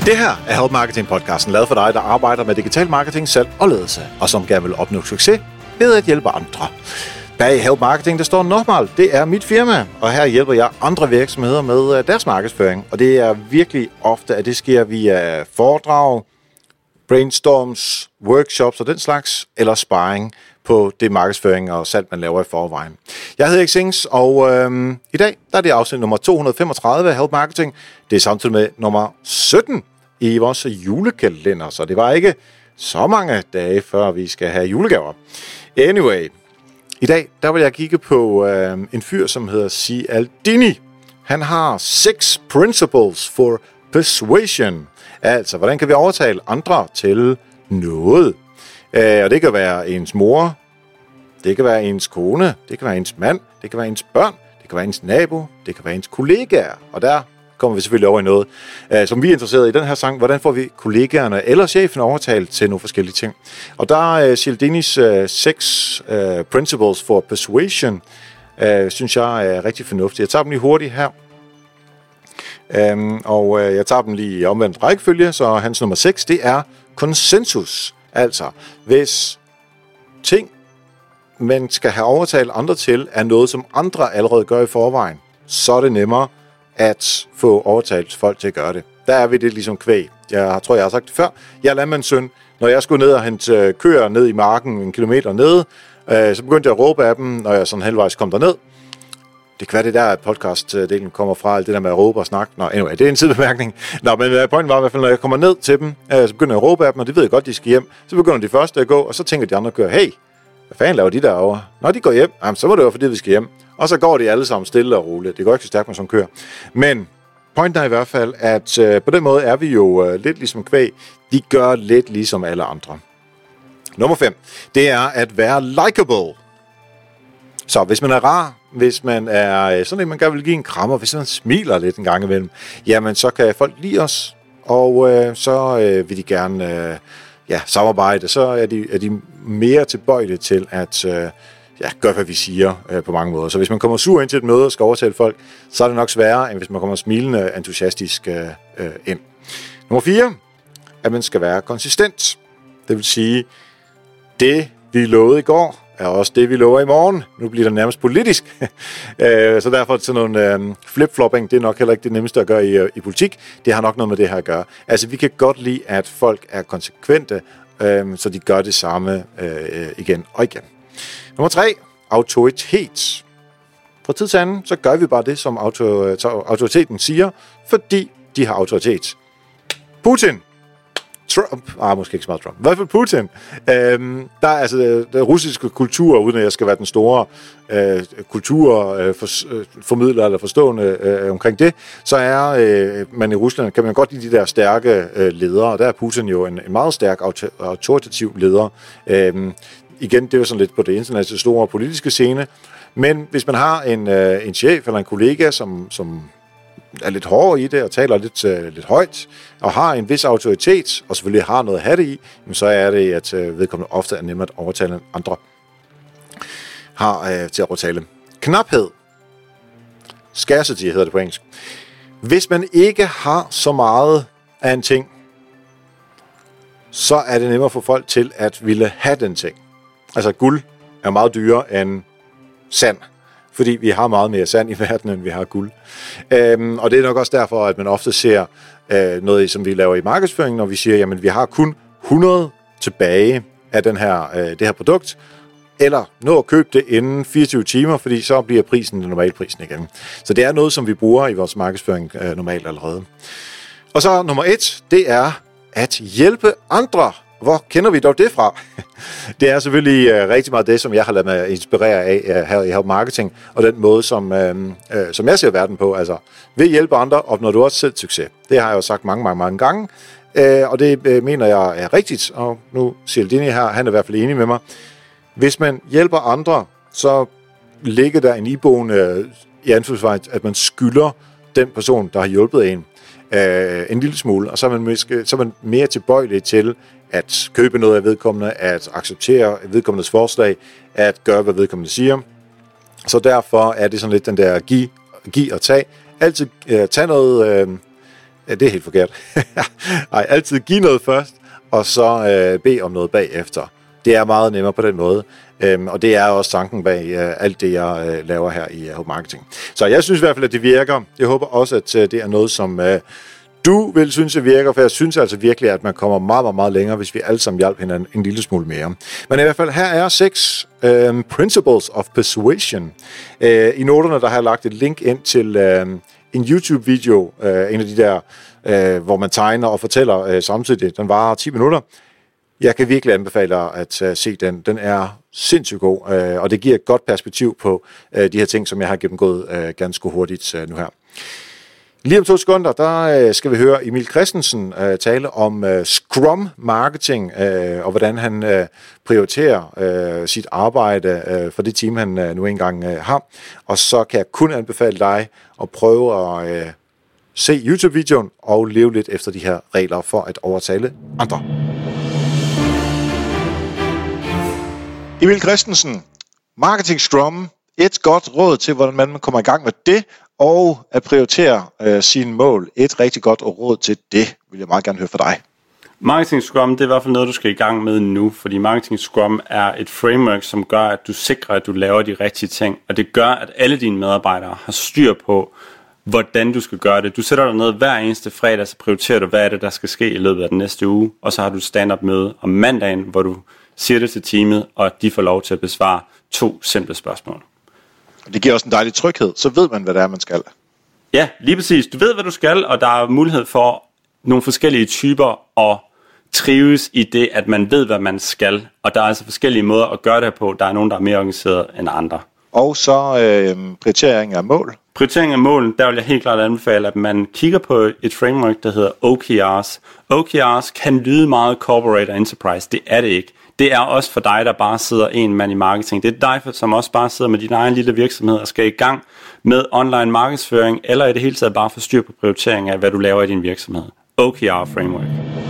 Det her er Help Marketing podcasten, lavet for dig, der arbejder med digital marketing, salg og ledelse, og som gerne vil opnå succes ved at hjælpe andre. Bag Help Marketing, der står Normal. Det er mit firma, og her hjælper jeg andre virksomheder med deres markedsføring. Og det er virkelig ofte, at det sker via foredrag, brainstorms, workshops og den slags, eller sparring på det markedsføring og salg, man laver i forvejen. Jeg hedder Erik Sings, og i dag der er det afsnit nummer 235 af Help Marketing. Det er samtidig med nummer 17 i vores julekalender, så det var ikke så mange dage, før vi skal have julegaver. Anyway, i dag der vil jeg kigge på en fyr, som hedder Cialdini. Han har 6 principles for persuasion. Altså, hvordan kan vi overtale andre til noget? Og det kan være ens mor, det kan være ens kone, det kan være ens mand, det kan være ens børn, det kan være ens nabo, det kan være ens kollegaer. Og der kommer vi selvfølgelig over i noget, som vi er interesseret i den her sang. Hvordan får vi kollegaerne eller chefen overtalt til nogle forskellige ting? Og der er Cialdinis 6 principles for persuasion, synes jeg er rigtig fornuftigt. Jeg tager dem lige hurtigt her. Jeg tager dem lige i omvendt rækkefølge, så hans nummer 6, det er konsensus. Altså, hvis ting, man skal have overtalt andre til, er noget, som andre allerede gør i forvejen, så er det nemmere at få overtalt folk til at gøre det. Der er vi det ligesom kvæg. Jeg tror, jeg har sagt det før. Jeg er landmandssøn. Når jeg skulle ned og hente køer ned i marken 1 kilometer nede, så begyndte jeg at råbe af dem, når jeg sådan halvvejs kom derned. Det kan være det der, at podcast-delen kommer fra, alt det der med at råbe og snakke. Anyway, det er en sidebemærkning. Men pointen var i hvert fald, når jeg kommer ned til dem, så begynder jeg at råbe af dem, og det ved jeg godt, de skal hjem. Så begynder de første at gå, og så tænker de andre kører, hey, hvad fanden laver de derovre? Når de går hjem, så må det være, fordi vi skal hjem. Og så går de alle sammen stille og roligt. Det går ikke så stærkt med sådan kører. Men pointen er i hvert fald, at på den måde er vi jo lidt ligesom kvæg. De gør lidt ligesom alle andre. Nummer 5, det er at være likable. Så hvis man er rar, hvis man er sådan en, man gerne vil give en krammer, hvis man smiler lidt en gang imellem, jamen så kan folk lide os, og så vil de gerne samarbejde. Så er de mere tilbøjelige til at gøre, hvad vi siger på mange måder. Så hvis man kommer sur ind til et møde og skal overtale folk, så er det nok sværere, end hvis man kommer smilende entusiastisk ind. Nummer 4, at man skal være konsistent. Det vil sige, det vi lovede i går, er også det, vi lover i morgen. Nu bliver det nærmest politisk. Så derfor sådan nogle flip-flopping, det er nok heller ikke det nemmeste at gøre i politik. Det har nok noget med det her at gøre. Altså, vi kan godt lide, at folk er konsekvente, så de gør det samme igen og igen. Nummer 3, autoritet. Fra tid til anden, så gør vi bare det, som autoriteten siger, fordi de har autoritet. Putin. Trump, måske ikke så meget Trump, i hvert fald Putin. Der er altså den russiske kultur, uden at jeg skal være den store kulturformidler eller forstående omkring det, så er man i Rusland, kan man godt lide de der stærke ledere, og der er Putin jo en meget stærk autoritativ leder. Igen, det er jo sådan lidt på det internationale store politiske scene, men hvis man har en chef eller en kollega, som er lidt hårdere i det og taler lidt højt og har en vis autoritet og selvfølgelig har noget at have det i, så er det, at vedkommende ofte er nemmere at overtale end andre har til at overtale. Knaphed. Scarcity hedder det på engelsk. Hvis man ikke har så meget af en ting, så er det nemmere for folk til at ville have den ting. Altså guld er meget dyrere end sand, fordi vi har meget mere sand i verden, end vi har guld. Og det er nok også derfor, at man ofte ser noget, som vi laver i markedsføring, når vi siger, jamen vi har kun 100 tilbage af det her produkt, eller nå at købe det inden 24 timer, fordi så bliver prisen den normale prisen igen. Så det er noget, som vi bruger i vores markedsføring normalt allerede. Og så nummer 1, det er at hjælpe andre. Hvor kender vi dog det fra? Det er selvfølgelig rigtig meget det, som jeg har ladet mig inspirere af her i Help Marketing, og den måde, som jeg ser verden på. Altså, ved at hjælpe andre, opnår du også selv succes. Det har jeg jo sagt mange gange, og det mener jeg er rigtigt, og nu siger Cialdini her, han er i hvert fald enig med mig. Hvis man hjælper andre, så ligger der en iboende i anførselstegn, at man skylder den person, der har hjulpet en lille smule, og så er man mere tilbøjelig til at købe noget af vedkommende, at acceptere vedkommendes forslag, at gøre, hvad vedkommende siger. Så derfor er det sådan lidt den der give og tag. Altid tage noget Ja, det er helt forkert. Ej, altid give noget først, og så bed om noget bagefter. Det er meget nemmere på den måde, og det er også tanken bag alt det, jeg laver her i Help Marketing. Så jeg synes i hvert fald, at det virker. Jeg håber også, at det er noget, som du vil synes, det virker, for jeg synes altså virkelig, at man kommer meget, meget, meget længere, hvis vi alle sammen hjælper hinanden en lille smule mere. Men i hvert fald, her er 6 Principles of Persuasion. I noterne, der har jeg lagt et link ind til en YouTube-video, en af de der, hvor man tegner og fortæller samtidig. Den varer 10 minutter. Jeg kan virkelig anbefale dig at se den. Den er sindssygt god, og det giver et godt perspektiv på de her ting, som jeg har gennemgået ganske hurtigt nu her. Lige om 2 sekunder, der skal vi høre Emil Christensen tale om Scrum Marketing, og hvordan han prioriterer sit arbejde for det team, han nu engang har. Og så kan jeg kun anbefale dig at prøve at se YouTube-videoen og leve lidt efter de her regler for at overtale andre. Emil Christensen, Marketing Scrum, et godt råd til, hvordan man kommer i gang med det, og at prioritere sine mål. Et rigtig godt råd til det, vil jeg meget gerne høre fra dig. Marketing Scrum, det er i hvert fald noget, du skal i gang med nu, fordi Marketing Scrum er et framework, som gør, at du sikrer, at du laver de rigtige ting, og det gør, at alle dine medarbejdere har styr på, hvordan du skal gøre det. Du sætter dig ned hver eneste fredag, så prioriterer du, hvad er det, der skal ske i løbet af den næste uge, og så har du et stand-up møde om mandagen, hvor du siger det til teamet, og de får lov til at besvare 2 simple spørgsmål. Det giver også en dejlig tryghed, så ved man, hvad det er, man skal. Ja, lige præcis. Du ved, hvad du skal, og der er mulighed for nogle forskellige typer at trives i det, at man ved, hvad man skal. Og der er altså forskellige måder at gøre det på. Der er nogen, der er mere organiseret end andre. Og så prioritering af mål. Prioritering af mål, der vil jeg helt klart anbefale, at man kigger på et framework, der hedder OKRs. OKRs kan lyde meget corporate og enterprise. Det er det ikke. Det er også for dig, der bare sidder en mand i marketing. Det er dig, som også bare sidder med din egen lille virksomhed og skal i gang med online markedsføring, eller i det hele taget bare få styr på prioritering af, hvad du laver i din virksomhed. OKR Framework.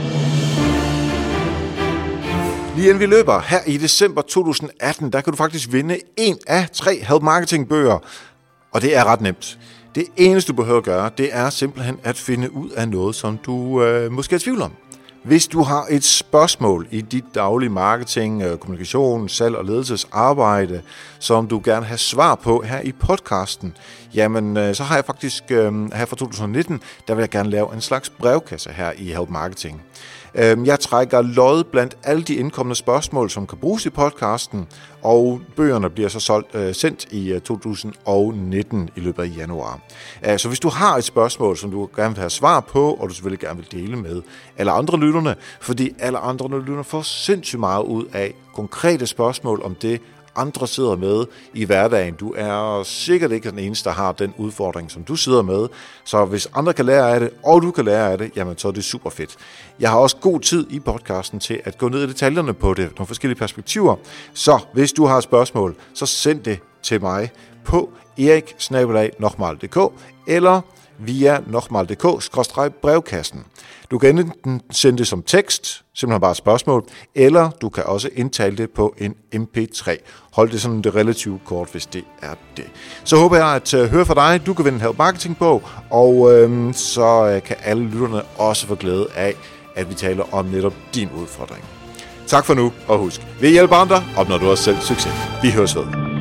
Lige inden vi løber, her i december 2018, der kan du faktisk vinde 1 af 3 Help Marketing bøger. Og det er ret nemt. Det eneste, du behøver at gøre, det er simpelthen at finde ud af noget, som du måske er i tvivl om. Hvis du har et spørgsmål i dit daglige marketing, kommunikation, salg og ledelsesarbejde, som du gerne vil have svar på her i podcasten, jamen så har jeg faktisk her fra 2019, der vil jeg gerne lave en slags brevkasse her i Help Marketing. Jeg trækker lod blandt alle de indkommende spørgsmål, som kan bruges i podcasten, og bøgerne bliver så sendt i 2019 i løbet af januar. Så hvis du har et spørgsmål, som du gerne vil have svar på, og du selvfølgelig gerne vil dele med alle andre lytterne, fordi alle andre lytterne får sindssygt meget ud af konkrete spørgsmål om det, andre sidder med i hverdagen. Du er sikkert ikke den eneste, der har den udfordring, som du sidder med. Så hvis andre kan lære af det, og du kan lære af det, jamen så er det super fedt. Jeg har også god tid i podcasten til at gå ned i detaljerne på det, nogle forskellige perspektiver. Så hvis du har et spørgsmål, så send det til mig på erik@nokmal.dk eller via nokmal.dk/brevkassen. Du kan enten sende det som tekst, simpelthen bare et spørgsmål, eller du kan også indtale det på en MP3. Hold det sådan det relativt kort, hvis det er det. Så håber jeg at høre fra dig. Du kan vinde en Help Marketing bog, og så kan alle lytterne også få glæde af, at vi taler om netop din udfordring. Tak for nu, og husk, ved at hjælpe andre opnår du også selv succes. Vi høres ved.